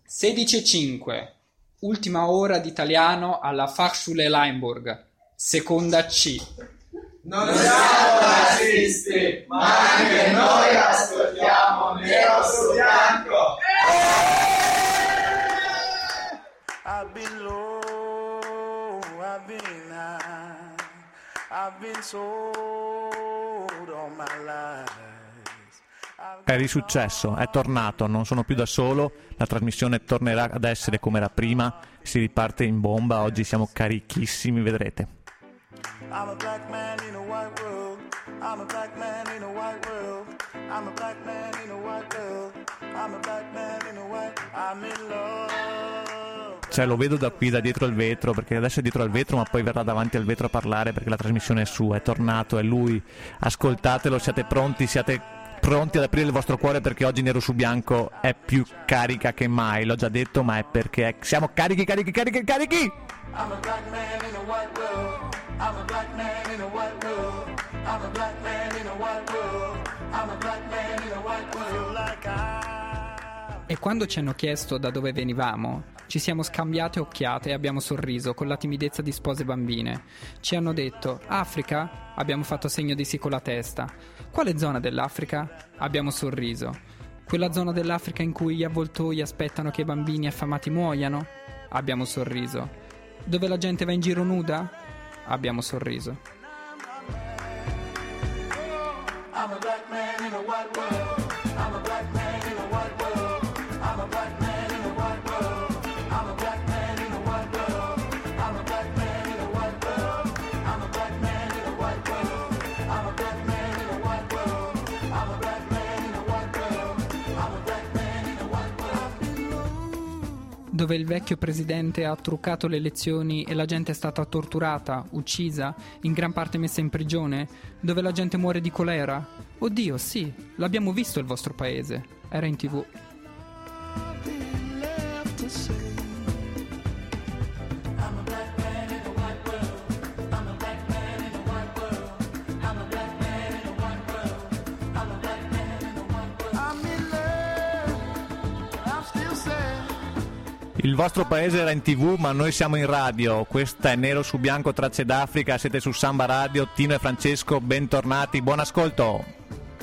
16:05. Ultima ora di italiano alla Fachschule Limburg, seconda C. Non siamo razzisti, ma anche noi ascoltiamo Nero su Bianco. I've been low, I've been high, I've been sold all my life. È risuccesso, è tornato, non sono più da solo, la trasmissione tornerà ad essere come era prima, si riparte in bomba, oggi siamo carichissimi, vedrete. I'm a black man in a white world. I'm a black man in a white world. I'm a black man in a white world. I'm a black man in a white. I'm in love. Cioè lo vedo da qui, da dietro al vetro, perché adesso è dietro al vetro ma poi verrà davanti al vetro a parlare perché la trasmissione è sua, è tornato, è lui. Ascoltatelo, siate pronti ad aprire il vostro cuore perché oggi Nero su Bianco è più carica che mai, l'ho già detto, ma è perché siamo carichi! I'm a black man in a white world. I'm a black man in a white world. I'm a black man in a white world. I'm a black man in a white world. Feel like E quando ci hanno chiesto da dove venivamo, ci siamo scambiate occhiate e abbiamo sorriso con la timidezza di spose bambine. Ci hanno detto: Africa? Abbiamo fatto segno di sì con la testa. Quale zona dell'Africa? Abbiamo sorriso. Quella zona dell'Africa in cui gli avvoltoi aspettano che i bambini affamati muoiano? Abbiamo sorriso. Dove la gente va in giro nuda? Abbiamo sorriso. I'm a black man in a white world. I'm a black man in a white world. I'm a black man in a white world. I'm a black man in a white world. I'm a black man in a white world. I'm a black man in a white world. I'm a black man in a white world. I'm a black man in a white world. I'm a black man in a white world. Dove il vecchio presidente ha truccato le elezioni e la gente è stata torturata, uccisa, in gran parte messa in prigione, dove la gente muore di colera. Oddio, sì, l'abbiamo visto il vostro paese, era in TV. Il vostro paese era in TV, ma noi siamo in radio. Questa è Nero su Bianco, tracce d'Africa, siete su Samba Radio, Tino e Francesco, bentornati, buon ascolto.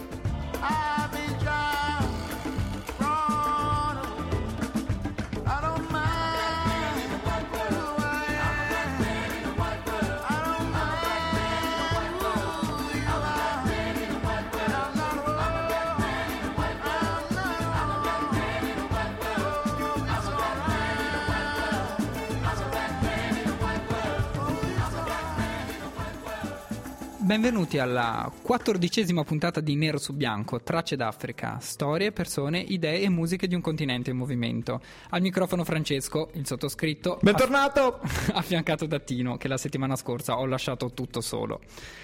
Benvenuti alla 14ª puntata di Nero su Bianco, tracce d'Africa, storie, persone, idee e musiche di un continente in movimento. Al microfono Francesco, il sottoscritto, bentornato, affiancato da Tino, che la settimana scorsa ho lasciato tutto solo.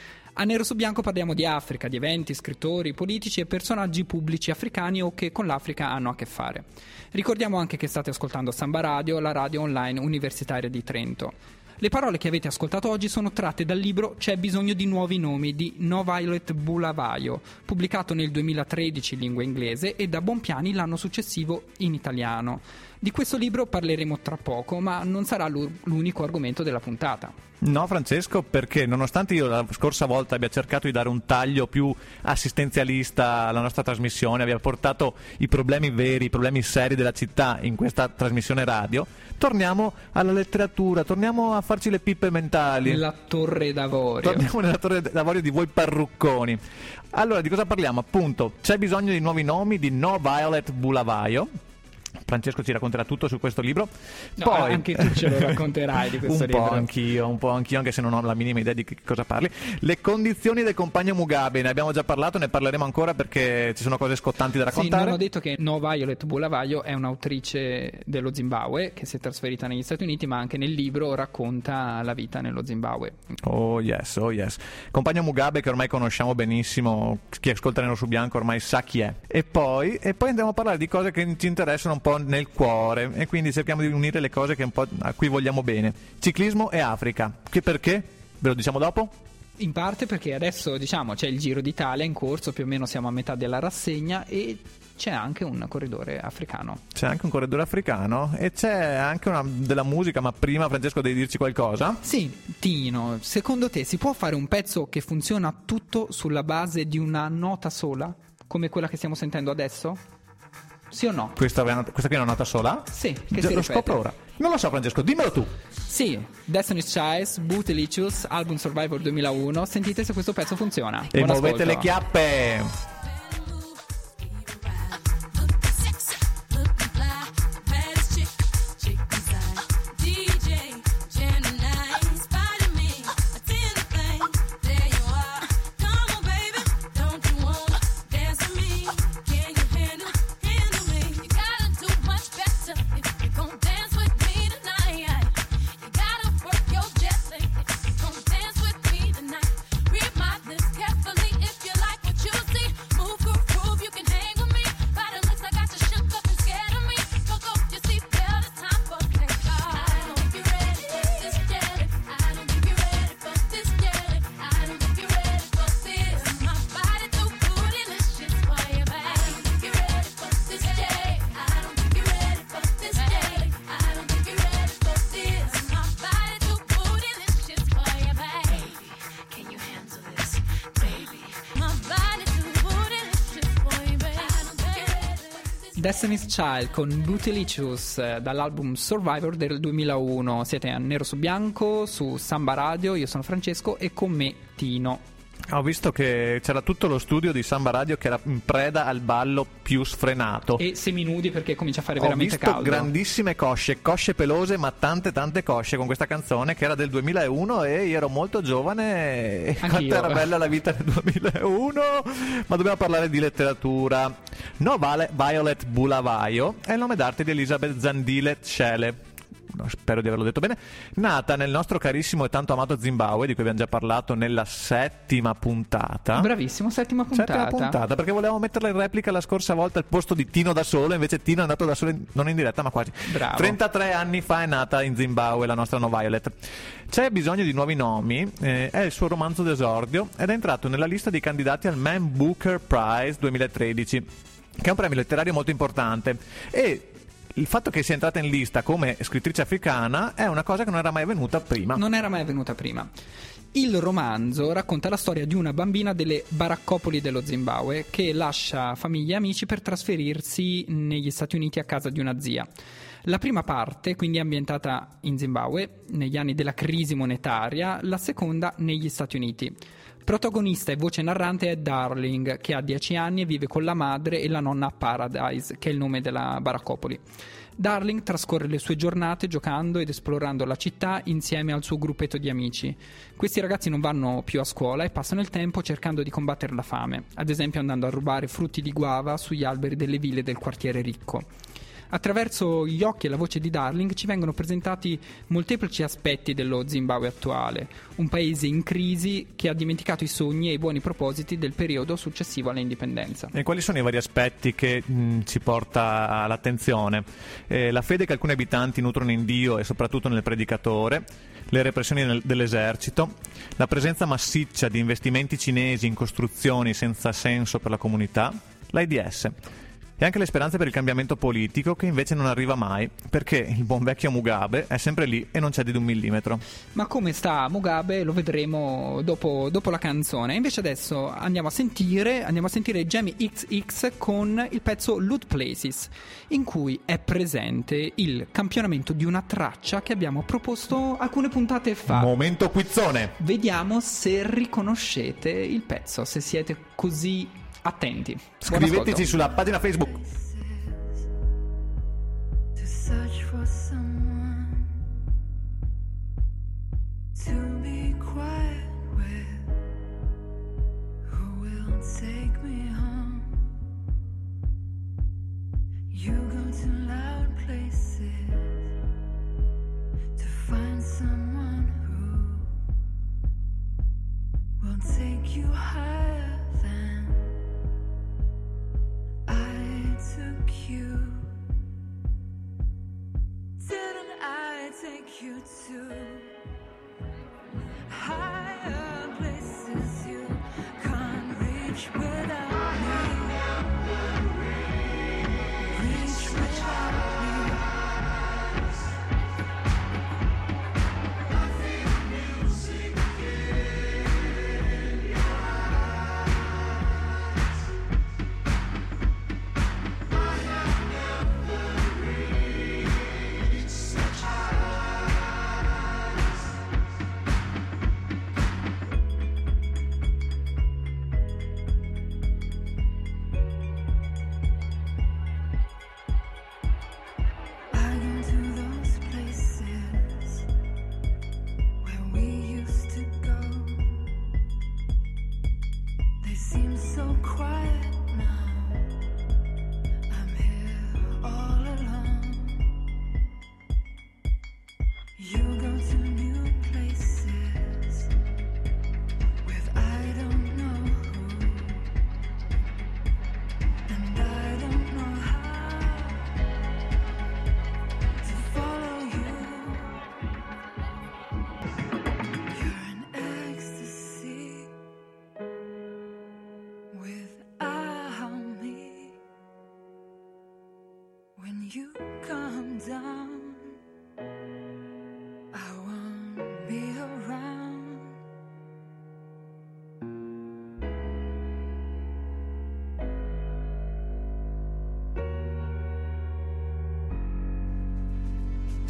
A Nero su Bianco parliamo di Africa, di eventi, scrittori, politici e personaggi pubblici africani o che con l'Africa hanno a che fare. Ricordiamo anche che state ascoltando Samba Radio, la radio online universitaria di Trento. Le parole che avete ascoltato oggi sono tratte dal libro C'è bisogno di nuovi nomi di No Violet Bulawayo, pubblicato nel 2013 in lingua inglese e da Bonpiani l'anno successivo in italiano. Di questo libro parleremo tra poco, ma non sarà l'unico argomento della puntata. No, Francesco, perché nonostante io la scorsa volta abbia cercato di dare un taglio più assistenzialista alla nostra trasmissione, abbia portato i problemi veri, i problemi seri della città in questa trasmissione radio, torniamo alla letteratura, torniamo a farci le pippe mentali. Nella torre d'avorio. Torniamo nella torre d'avorio di voi parrucconi. Allora, di cosa parliamo? Appunto, c'è bisogno di nuovi nomi di No Violet Bulawayo. Francesco ci racconterà tutto su questo libro. No, poi anche tu ce lo racconterai di questo libro. Un po' anch'io, anche se non ho la minima idea di che cosa parli. Le condizioni del compagno Mugabe, ne abbiamo già parlato, ne parleremo ancora perché ci sono cose scottanti da raccontare. Sì, non ho detto che No Violet Bulawayo è un'autrice dello Zimbabwe che si è trasferita negli Stati Uniti, ma anche nel libro racconta la vita nello Zimbabwe. Oh yes. Compagno Mugabe che ormai conosciamo benissimo, chi ascolta Nero su Bianco ormai sa chi è. E poi andiamo a parlare di cose che ci interessano un po' nel cuore e quindi cerchiamo di unire le cose che un po' a cui vogliamo bene. Ciclismo e Africa. Che perché? Ve lo diciamo dopo? In parte perché adesso c'è il Giro d'Italia in corso, più o meno siamo a metà della rassegna e c'è anche un corridore africano. C'è anche un corridore africano e c'è anche una della musica, ma prima Francesco devi dirci qualcosa? Sì, Tino, secondo te si può fare un pezzo che funziona tutto sulla base di una nota sola, come quella che stiamo sentendo adesso? Sì o no? Questa qui è una nota sola? Sì, che Già, si lo ripete. scopro ora. Non lo so Francesco, dimmelo tu. Sì, Destiny's Child, Bootylicious, album Survivor 2001. Sentite se questo pezzo funziona. E Buon muovete ascolto. le chiappe. Destiny's Child con Bootylicious dall'album Survivor del 2001. Siete a Nero su Bianco su Samba Radio, io sono Francesco e con me Tino. Ho visto che c'era tutto lo studio di Samba Radio che era in preda al ballo più sfrenato. E seminudi perché comincia a fare Ho veramente visto caldo. grandissime cosce pelose, ma tante cosce con questa canzone che era del 2001 e io ero molto giovane e quanto era bella la vita del 2001. Ma dobbiamo parlare di letteratura. No, Violet Bulavaio è il nome d'arte di Elisabeth Zandile Cele. No, spero di averlo detto bene. Nata nel nostro carissimo e tanto amato Zimbabwe, di cui abbiamo già parlato nella 7ª puntata. Bravissimo, settima puntata. Perché volevamo metterla in replica la scorsa volta al posto di Tino da solo, invece Tino è andato da solo, non in diretta ma quasi. Bravo. 33 anni fa è nata in Zimbabwe la nostra No Violet. C'è bisogno di nuovi nomi, è il suo romanzo d'esordio ed è entrato nella lista dei candidati al Man Booker Prize 2013, che è un premio letterario molto importante, e il fatto che sia entrata in lista come scrittrice africana è una cosa che non era mai avvenuta prima. Non era mai avvenuta prima. Il romanzo racconta la storia di una bambina delle baraccopoli dello Zimbabwe che lascia famiglia e amici per trasferirsi negli Stati Uniti a casa di una zia. La prima parte, quindi, è ambientata in Zimbabwe negli anni della crisi monetaria, la seconda negli Stati Uniti. Protagonista e voce narrante è Darling, che ha 10 anni e vive con la madre e la nonna a Paradise, che è il nome della baraccopoli. Darling trascorre le sue giornate giocando ed esplorando la città insieme al suo gruppetto di amici. Questi ragazzi non vanno più a scuola e passano il tempo cercando di combattere la fame, ad esempio andando a rubare frutti di guava sugli alberi delle ville del quartiere ricco. Attraverso gli occhi e la voce di Darling ci vengono presentati molteplici aspetti dello Zimbabwe attuale, un paese in crisi che ha dimenticato i sogni e i buoni propositi del periodo successivo all'indipendenza. E quali sono i vari aspetti che ci porta all'attenzione? La fede che alcuni abitanti nutrono in Dio e soprattutto nel predicatore, le repressioni dell'esercito, la presenza massiccia di investimenti cinesi in costruzioni senza senso per la comunità, l'AIDS. E anche le speranze per il cambiamento politico che invece non arriva mai, perché il buon vecchio Mugabe è sempre lì e non cede di un millimetro. Ma come sta Mugabe lo vedremo dopo la canzone. Invece adesso andiamo a sentire Jamie XX con il pezzo Loot Places, in cui è presente il campionamento di una traccia che abbiamo proposto alcune puntate fa. Momento quizzone! Vediamo se riconoscete il pezzo, se siete così attenti. Buon Scriveteci ascolto. sulla pagina Facebook. To search for someone to be quiet with, who will take me home. You go to loud places to find someone who will take you higher than I took you. Didn't I take you to higher places you can't reach without me?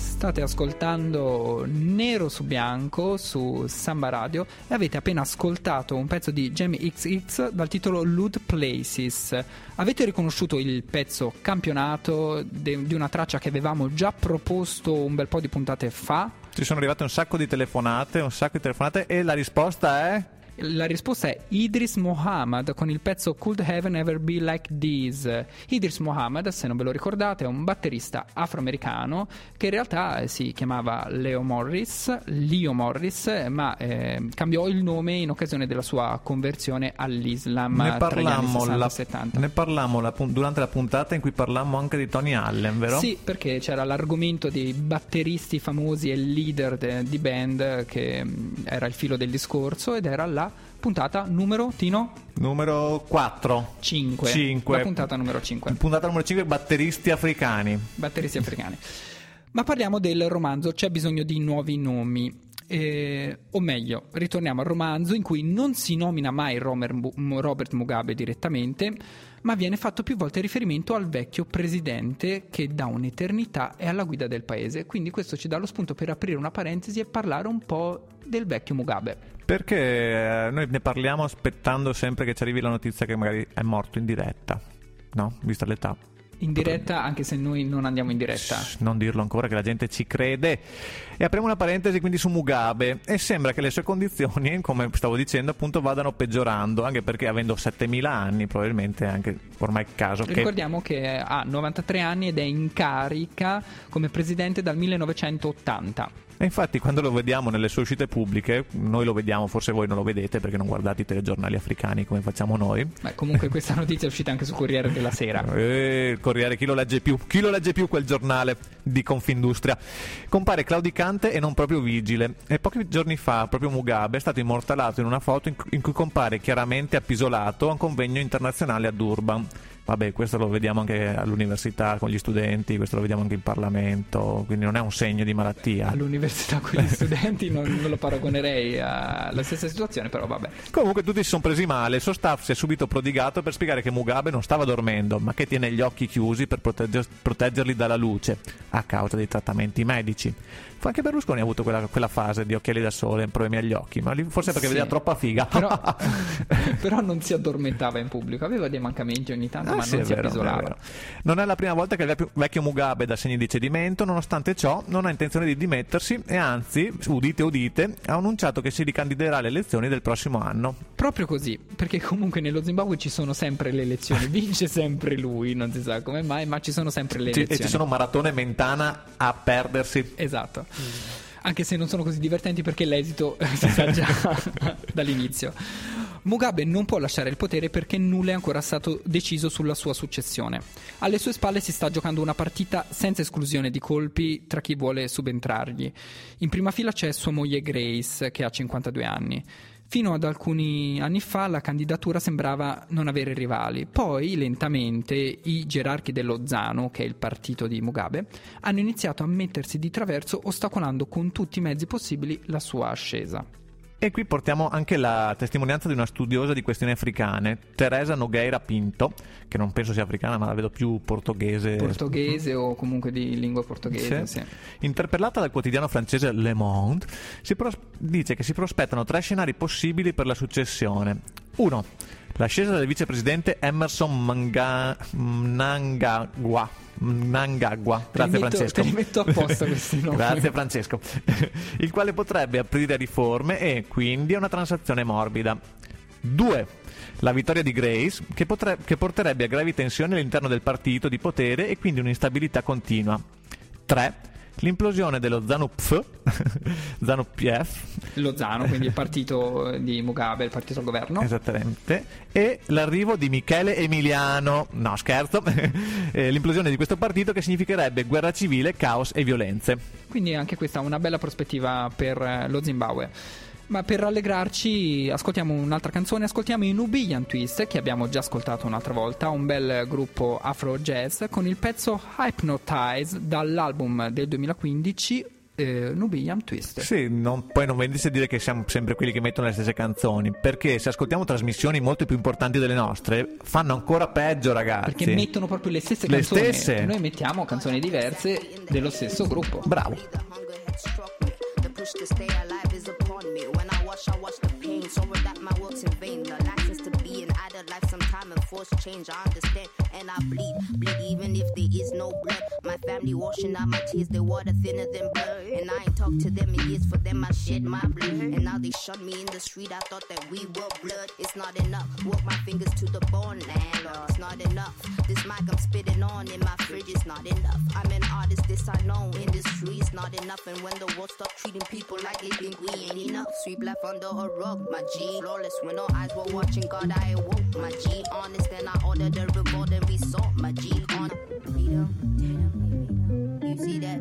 State ascoltando Nero su Bianco su Samba Radio e avete appena ascoltato un pezzo di Jamie XX dal titolo Loot Places. Avete riconosciuto il pezzo campionato di una traccia che avevamo già proposto un bel po' di puntate fa? Ci sono arrivate un sacco di telefonate e la risposta è... La risposta è Idris Muhammad con il pezzo Could Heaven Ever Be Like This. Idris Muhammad, se non ve lo ricordate, è un batterista afroamericano che in realtà si chiamava Leo Morris, ma cambiò il nome in occasione della sua conversione all'Islam tra gli anni 60 e 70. Ne parlammo durante la puntata in cui parlammo anche di Tony Allen, vero? Sì, perché c'era l'argomento dei batteristi famosi e leader di band che era il filo del discorso, ed era la puntata numero, Tino? Numero 4. 5. La puntata numero 5. Puntata numero 5, batteristi africani. Ma parliamo del romanzo C'è bisogno di nuovi nomi. O meglio, ritorniamo al romanzo in cui non si nomina mai Robert Mugabe direttamente, ma viene fatto più volte riferimento al vecchio presidente che da un'eternità è alla guida del paese. Quindi questo ci dà lo spunto per aprire una parentesi e parlare un po' del vecchio Mugabe. Perché noi ne parliamo aspettando sempre che ci arrivi la notizia che magari è morto in diretta, no? Vista l'età. In diretta, anche se noi non andiamo in diretta. Non dirlo ancora, che la gente ci crede. E apriamo una parentesi quindi su Mugabe, e sembra che le sue condizioni, come stavo dicendo, appunto vadano peggiorando, anche perché avendo 7000 anni probabilmente è anche ormai caso che... Ricordiamo che ha 93 anni ed è in carica come presidente dal 1980. E infatti quando lo vediamo nelle sue uscite pubbliche, noi lo vediamo, forse voi non lo vedete perché non guardate i telegiornali africani come facciamo noi. Beh, comunque questa notizia è uscita anche su Corriere della Sera. Il Corriere, chi lo legge più? Chi lo legge più quel giornale di Confindustria? Compare claudicante e non proprio vigile. E pochi giorni fa proprio Mugabe è stato immortalato in una foto in cui compare chiaramente appisolato a un convegno internazionale a Durban. Vabbè, questo lo vediamo anche all'università con gli studenti, questo lo vediamo anche in Parlamento, quindi non è un segno di malattia. All'università con gli studenti non lo paragonerei alla stessa situazione, però vabbè. Comunque tutti si sono presi male, il suo staff si è subito prodigato per spiegare che Mugabe non stava dormendo, ma che tiene gli occhi chiusi per proteggerli dalla luce, a causa dei trattamenti medici. Anche Berlusconi ha avuto quella fase di occhiali da sole, problemi agli occhi, ma forse perché vedeva troppa figa. Però non si addormentava in pubblico, aveva dei mancamenti ogni tanto, ma non si appisolava. Non è la prima volta che il vecchio Mugabe dà segni di cedimento, nonostante ciò non ha intenzione di dimettersi e anzi, udite udite, ha annunciato che si ricandiderà alle elezioni del prossimo anno. Proprio così, perché comunque nello Zimbabwe ci sono sempre le elezioni, vince sempre lui, non si sa come mai, ma ci sono sempre le elezioni. E ci sono Maratona e Mentana a perdersi. Esatto. Anche se non sono così divertenti perché l'esito si sa già dall'inizio. Mugabe non può lasciare il potere perché nulla è ancora stato deciso sulla sua successione. Alle sue spalle si sta giocando una partita senza esclusione di colpi tra chi vuole subentrargli. In prima fila c'è sua moglie Grace, che ha 52 anni. Fino ad alcuni anni fa la candidatura sembrava non avere rivali. Poi, lentamente, i gerarchi dello ZANU, che è il partito di Mugabe, hanno iniziato a mettersi di traverso, ostacolando con tutti i mezzi possibili la sua ascesa. E qui portiamo anche la testimonianza di una studiosa di questioni africane, Teresa Nogueira Pinto, che non penso sia africana, ma la vedo più portoghese. Portoghese o comunque di lingua portoghese, sì. Interpellata dal quotidiano francese Le Monde, dice che si prospettano 3 scenari possibili per la successione. 1. L'ascesa del vicepresidente Emerson Mnangagwa. Grazie Francesco. Te li metto apposta questi nomi. Grazie Francesco. Il quale potrebbe aprire riforme e quindi a una transazione morbida. 2. La vittoria di Grace che porterebbe a gravi tensioni all'interno del partito di potere e quindi un'instabilità continua. 3. L'implosione dello ZANU-PF, lo ZANU, quindi il partito di Mugabe, il partito al governo. Esattamente. E l'arrivo di Michele Emiliano. No, scherzo. L'implosione di questo partito che significherebbe guerra civile, caos e violenze. Quindi anche questa è una bella prospettiva per lo Zimbabwe. Ma per rallegrarci ascoltiamo un'altra canzone, ascoltiamo i Nubian Twist, che abbiamo già ascoltato un'altra volta, un bel gruppo afro jazz, con il pezzo Hypnotize dall'album del 2015 Nubian Twist. Sì, poi non venisse a dire che siamo sempre quelli che mettono le stesse canzoni, perché se ascoltiamo trasmissioni molto più importanti delle nostre, fanno ancora peggio, ragazzi. Perché mettono proprio le stesse Le canzoni. stesse. Noi mettiamo canzoni diverse dello stesso gruppo. Bravo. The hunger had struck me. The push to stay alive is upon me. When I watch the pain. Sorrow that my work's in vain. The license to be an adult life, some time and force change. I understand and I bleed even if there is no blood. My family washing out my tears, they water thinner than blood. And I ain't talked to them in years. For them I shed my blood. And now they shut me in the street. I thought that we were blood. It's not enough. Work my fingers to the bone, landlord. It's not enough. This mic I'm spitting on in my fridge is not enough. I'm an artist, this I know. Industry is not enough. And when the world stop treating people like they think we ain't enough, sweep left under a rug, my G. Flawless when our eyes were watching, God I awoke, my G. Honest, then I ordered a revolt and we saw my G. On you see that?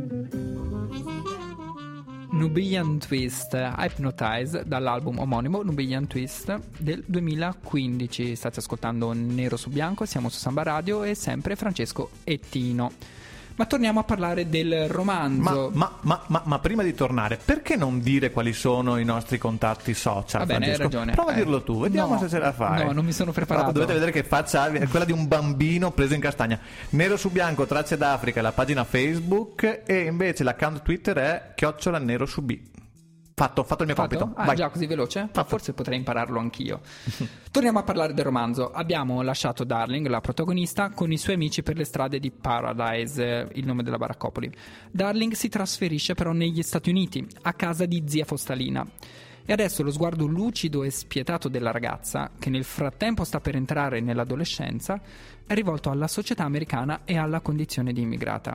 Nubian Twist, Hypnotize, dall'album omonimo Nubian Twist del 2015. State ascoltando Nero su Bianco, siamo su Samba Radio e sempre Francesco e Tino. Ma torniamo a parlare del romanzo. Ma prima di tornare, perché non dire quali sono i nostri contatti social? Va bene, hai Francesco? ragione. Prova a dirlo tu, vediamo no, se ce la fai. No, non mi sono preparato. Però dovete vedere che faccia è quella di un bambino preso in castagna. Nero su Bianco, Tracce d'Africa, la pagina Facebook, e invece l'account Twitter è @nero su B. Fatto il mio compito. Ah, Vai. già così veloce? Forse potrei impararlo anch'io. Torniamo a parlare del romanzo. Abbiamo lasciato Darling, la protagonista, con i suoi amici per le strade di Paradise, il nome della baraccopoli. Darling si trasferisce però negli Stati Uniti, a casa di zia Fostalina. E adesso lo sguardo lucido e spietato della ragazza, che nel frattempo sta per entrare nell'adolescenza, è rivolto alla società americana e alla condizione di immigrata.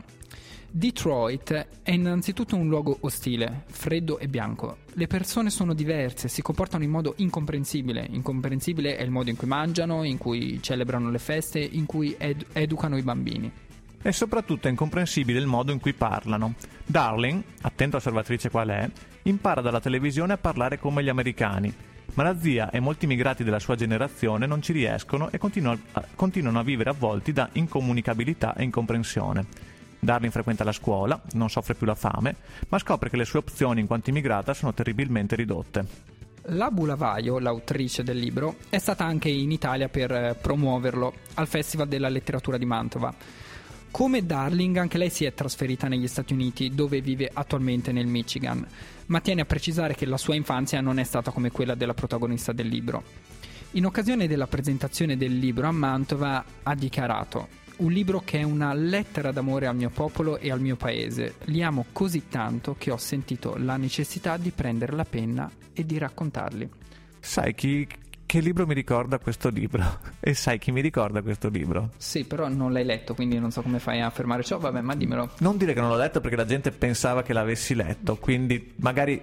Detroit è innanzitutto un luogo ostile, freddo e bianco. Le persone sono diverse, si comportano in modo incomprensibile. Incomprensibile è il modo in cui mangiano, in cui celebrano le feste, in cui educano i bambini. E soprattutto è incomprensibile il modo in cui parlano. Darling, attenta osservatrice qual è, impara dalla televisione a parlare come gli americani, ma la zia e molti immigrati della sua generazione non ci riescono e continuano a vivere avvolti da incomunicabilità e incomprensione. Darling frequenta la scuola, non soffre più la fame, ma scopre che le sue opzioni in quanto immigrata sono terribilmente ridotte. La Bulavaio, l'autrice del libro, è stata anche in Italia per promuoverlo al Festival della Letteratura di Mantova. Come Darling, anche lei si è trasferita negli Stati Uniti, dove vive attualmente nel Michigan, ma tiene a precisare che la sua infanzia non è stata come quella della protagonista del libro. In occasione della presentazione del libro a Mantova ha dichiarato: un libro che è una lettera d'amore al mio popolo e al mio paese. Li amo così tanto che ho sentito la necessità di prendere la penna e di raccontarli. Sai che libro mi ricorda questo libro? E sai chi mi ricorda questo libro? Sì, però non l'hai letto, quindi non so come fai a affermare ciò. Vabbè, ma dimmelo. Non dire che non l'ho letto perché la gente pensava che l'avessi letto, quindi magari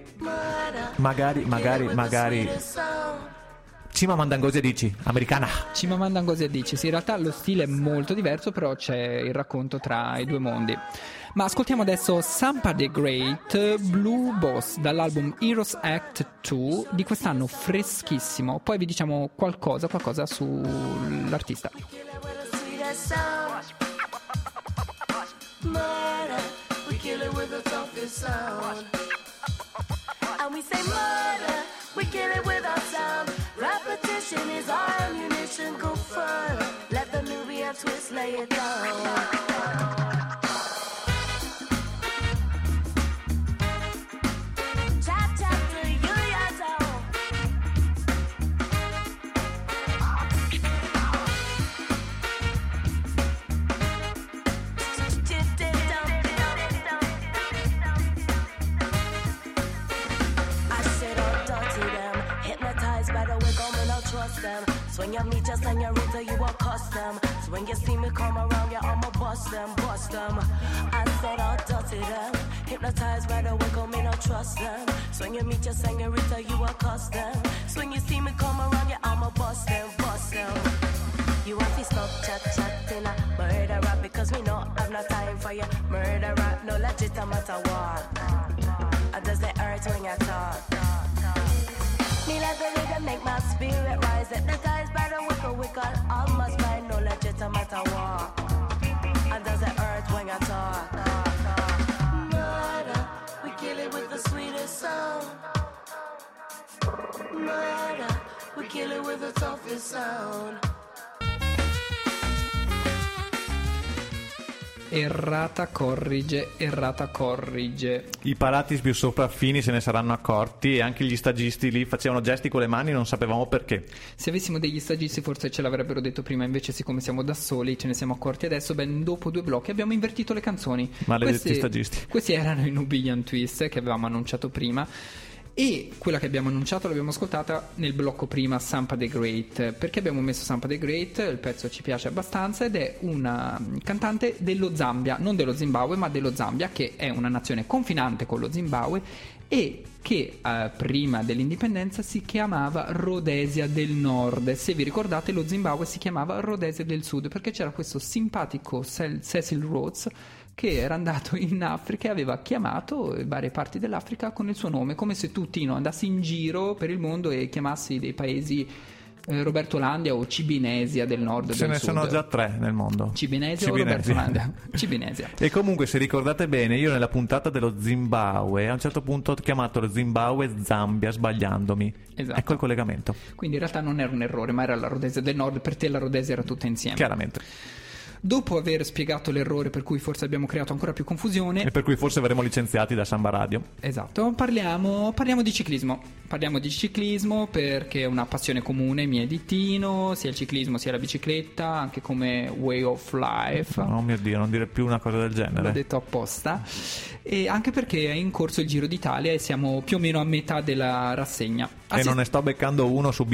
Chimamanda Ngozi Adichie, americana. Chimamanda Ngozi Adichie, sì, in realtà lo stile è molto diverso, però c'è il racconto tra i due mondi. Ma ascoltiamo adesso Sampa the Great, Blue Boss, dall'album Heroes Act 2 di quest'anno, freschissimo. Poi vi diciamo qualcosa sull'artista. And we say murder, we kill it with our sound. Repetition is our ammunition, go further. Let the Nubian Twist lay it down. Swing your meat, just and your roots, you are custom. So when you see me come around, yeah, I'ma bust them. I said I'll dirty them. Hypnotized by the way, come me, no trust them. Swing your meat, just and your roots, you are custom. So when you see me come around, yeah, I'ma bust them. You want to stop chatting a murder rap because we know I've no time for you. Murder rap, no legitimate war. Does it hurt when you talk? Me let the rhythm make my spirit rise. Hypnotized by the wickle, almost find no legitimate war. And does it hurt when you talk? Murder, we kill it Errata corrige. I palatis più sopraffini se ne saranno accorti e anche gli stagisti lì facevano gesti con le mani, non sapevamo perché. Se avessimo degli stagisti forse ce l'avrebbero detto prima, invece siccome siamo da soli ce ne siamo accorti adesso. Ben dopo 2 blocchi abbiamo invertito le canzoni. Maledetti stagisti. Questi erano i Nubian Twist che avevamo annunciato prima. E quella che abbiamo annunciato l'abbiamo ascoltata nel blocco prima, Sampa the Great. Perché abbiamo messo Sampa the Great? Il pezzo ci piace abbastanza ed è una cantante dello Zambia, non dello Zimbabwe ma dello Zambia, che è una nazione confinante con lo Zimbabwe e che prima dell'indipendenza si chiamava Rhodesia del Nord. Se vi ricordate, lo Zimbabwe si chiamava Rhodesia del Sud perché c'era questo simpatico Cecil Rhodes che era andato in Africa e aveva chiamato varie parti dell'Africa con il suo nome, come se tu, Tino, andassi in giro per il mondo e chiamassi dei paesi Roberto Landia o Cibinesia del Nord. Ce ne sono già 3 nel mondo. Cibinesia o Roberto Landia? Cibinesia. E comunque, se ricordate bene, io nella puntata dello Zimbabwe a un certo punto ho chiamato lo Zimbabwe Zambia sbagliandomi. Esatto. Ecco il collegamento. Quindi in realtà non era un errore, ma era la Rhodesia del Nord. Per te la Rhodesia era tutta insieme. Chiaramente. Dopo aver spiegato l'errore per cui forse abbiamo creato ancora più confusione e per cui forse verremo licenziati da Samba Radio. Esatto, parliamo di ciclismo. Parliamo di ciclismo perché è una passione comune mia e di Tino, sia il ciclismo sia la bicicletta, anche come way of life. Oh mio Dio, non dire più una cosa del genere. L'ho detto apposta. E anche perché è in corso il Giro d'Italia e siamo più o meno a metà della rassegna. E non ne sto beccando uno su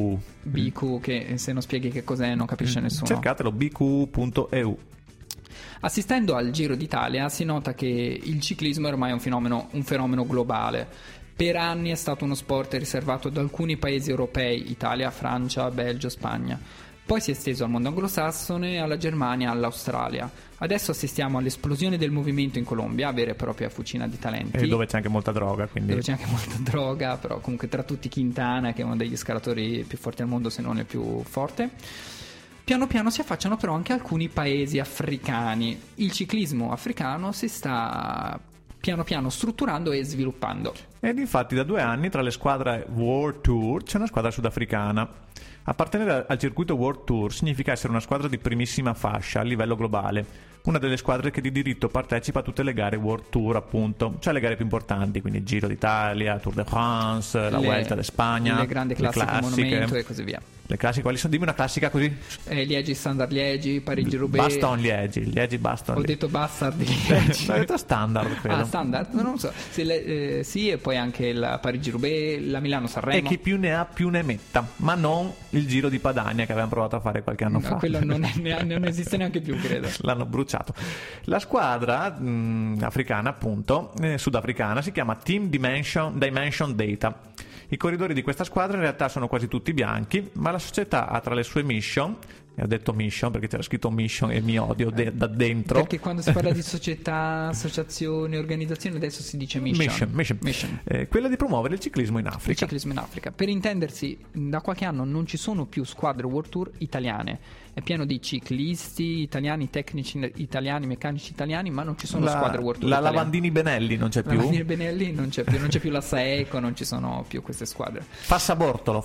BQ, che se non spieghi che cos'è non capisce nessuno. Cercatelo, bq.eu. Assistendo al Giro d'Italia si nota che il ciclismo è ormai un fenomeno globale. Per anni è stato uno sport riservato ad alcuni paesi europei, Italia, Francia, Belgio, Spagna. Poi si è esteso al mondo anglosassone, alla Germania, all'Australia. Adesso assistiamo all'esplosione del movimento in Colombia, vera e propria fucina di talenti. E dove c'è anche molta droga, quindi. Dove c'è anche molta droga, però comunque tra tutti Quintana, che è uno degli scalatori più forti al mondo, se non il più forte. Piano piano si affacciano però anche alcuni paesi africani. Il ciclismo africano si sta piano piano strutturando e sviluppando. Ed infatti da 2 anni tra le squadre World Tour c'è una squadra sudafricana. Appartenere al circuito World Tour significa essere una squadra di primissima fascia a livello globale, una delle squadre che di diritto partecipa a tutte le gare World Tour, appunto, cioè le gare più importanti, quindi Giro d'Italia, Tour de France, la Vuelta d'Espagna, le grandi classiche, monumento e così via. Le classiche quali sono? Dimmi una classica così. Liegi, Standard Liegi, Parigi-Roubaix. Baston Liegi, Baston. Ho detto Bastard Liegi. Ho detto Standard, credo. Standard? Non lo so. Sì, e poi anche il Parigi-Roubaix, la Milano-Sanremo. E chi più ne ha più ne metta, ma non il Giro di Padania che avevamo provato a fare qualche anno fa. Quello non esiste neanche più, credo. L'hanno bruciato. La squadra africana, appunto, sudafricana, si chiama Team Dimension Data. I corridori di questa squadra in realtà sono quasi tutti bianchi, ma la società ha tra le sue mission, e ho detto mission perché c'era scritto mission e mi odio da dentro. Perché quando si parla di società, associazioni, organizzazioni, adesso si dice mission. Quella di promuovere il ciclismo in Africa. Il ciclismo in Africa. Per intendersi, da qualche anno non ci sono più squadre World Tour italiane. È pieno di ciclisti italiani, tecnici italiani, meccanici italiani, ma non ci sono squadre World Tour. La Lavandini Benelli non c'è più. La Lavandini Benelli non c'è più, non c'è più la Saeco, non ci sono più queste squadre. Fassabortolo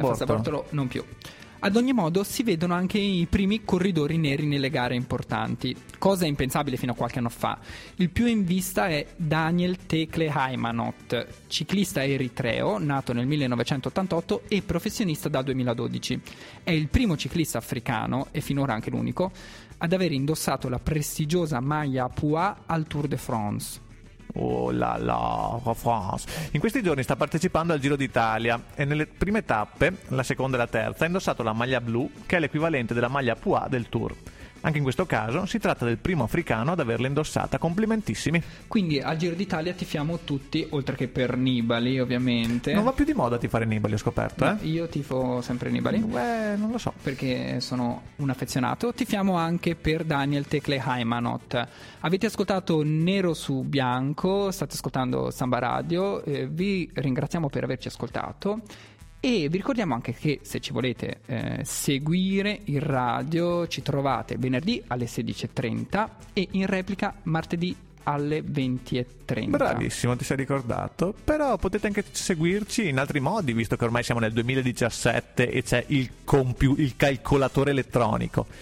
non più. Ad ogni modo si vedono anche i primi corridori neri nelle gare importanti, cosa impensabile fino a qualche anno fa. Il più in vista è Daniel Tekle Haymanot, ciclista eritreo, nato nel 1988 e professionista dal 2012. È il primo ciclista africano, e finora anche l'unico, ad aver indossato la prestigiosa maglia Poix al Tour de France. Oh la France. In questi giorni sta partecipando al Giro d'Italia e nelle prime tappe, la seconda e la terza, ha indossato la maglia blu, che è l'equivalente della maglia Poix del Tour. Anche in questo caso si tratta del primo africano ad averla indossata. Complimentissimi. Quindi al Giro d'Italia tifiamo tutti, oltre che per Nibali ovviamente. Non va più di moda tifare Nibali, ho scoperto. No, io tifo sempre Nibali. Non lo so, perché sono un affezionato. Tifiamo anche per Daniel Tekle Haymanot. Avete ascoltato Nero su Bianco, state ascoltando Samba Radio, vi ringraziamo per averci ascoltato. E vi ricordiamo anche che se ci volete seguire in radio ci trovate venerdì alle 16.30 e in replica martedì alle 20.30. Bravissimo, ti sei ricordato. Però potete anche seguirci in altri modi, visto che ormai siamo nel 2017 e c'è il calcolatore elettronico.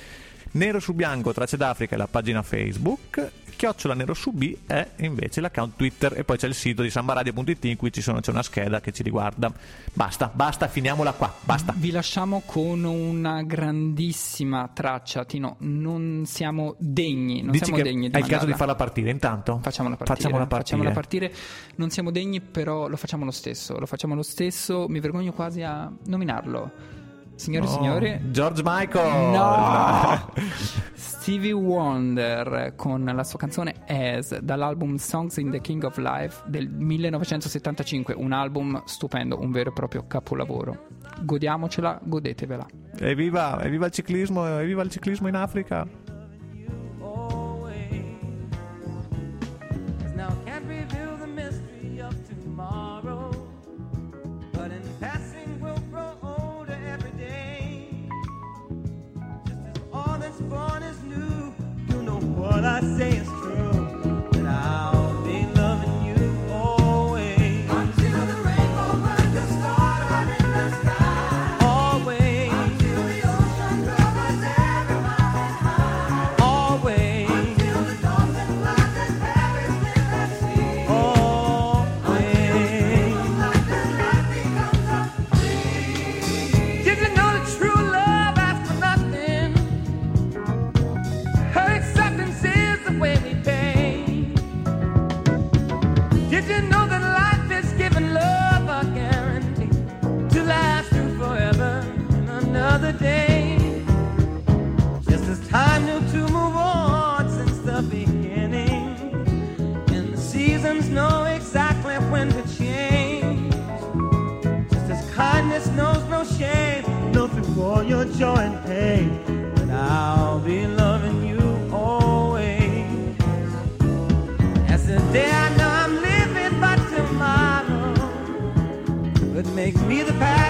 Nero su bianco tracce d'Africa è la pagina Facebook, Chiocciola Nero su B è invece l'account Twitter, e poi c'è il sito di sambaradio.it in cui c'è una scheda che ci riguarda. Basta, finiamola qua, basta. Vi lasciamo con una grandissima traccia, Tino, non siamo degni, non Dici siamo che degni di è il caso di mandarla. farla partire intanto? Facciamola partire. Non siamo degni, però lo facciamo lo stesso. Mi vergogno quasi a nominarlo. Signore e signori, George Michael. no! Stevie Wonder con la sua canzone As, dall'album Songs in the King of Life del 1975, un album stupendo, un vero e proprio capolavoro. Godiamocela, godetevela. Evviva il ciclismo in Africa. Now can't reveal the mystery of tomorrow, but in passing we'll grow older every day. Just as all that's born is new, you know what I say is true, that I'll be loving you always. Until the rainbow burns the star out in the sky. Always. Until the ocean covers every mountain high. Always. Until the dolphin flies and perish in the sea. Always. Like the light becomes a dream. Did you know that true love asks for nothing? Her acceptance is the way we pay. Did you know that life is giving love a guarantee to last through forever and another day? Just as time knew to move on since the beginning, and the seasons know exactly when to change. Just as kindness knows no shame, know through all your joy and pain, that I'll be loving you always. As the day I know I'm living but tomorrow, what makes me the past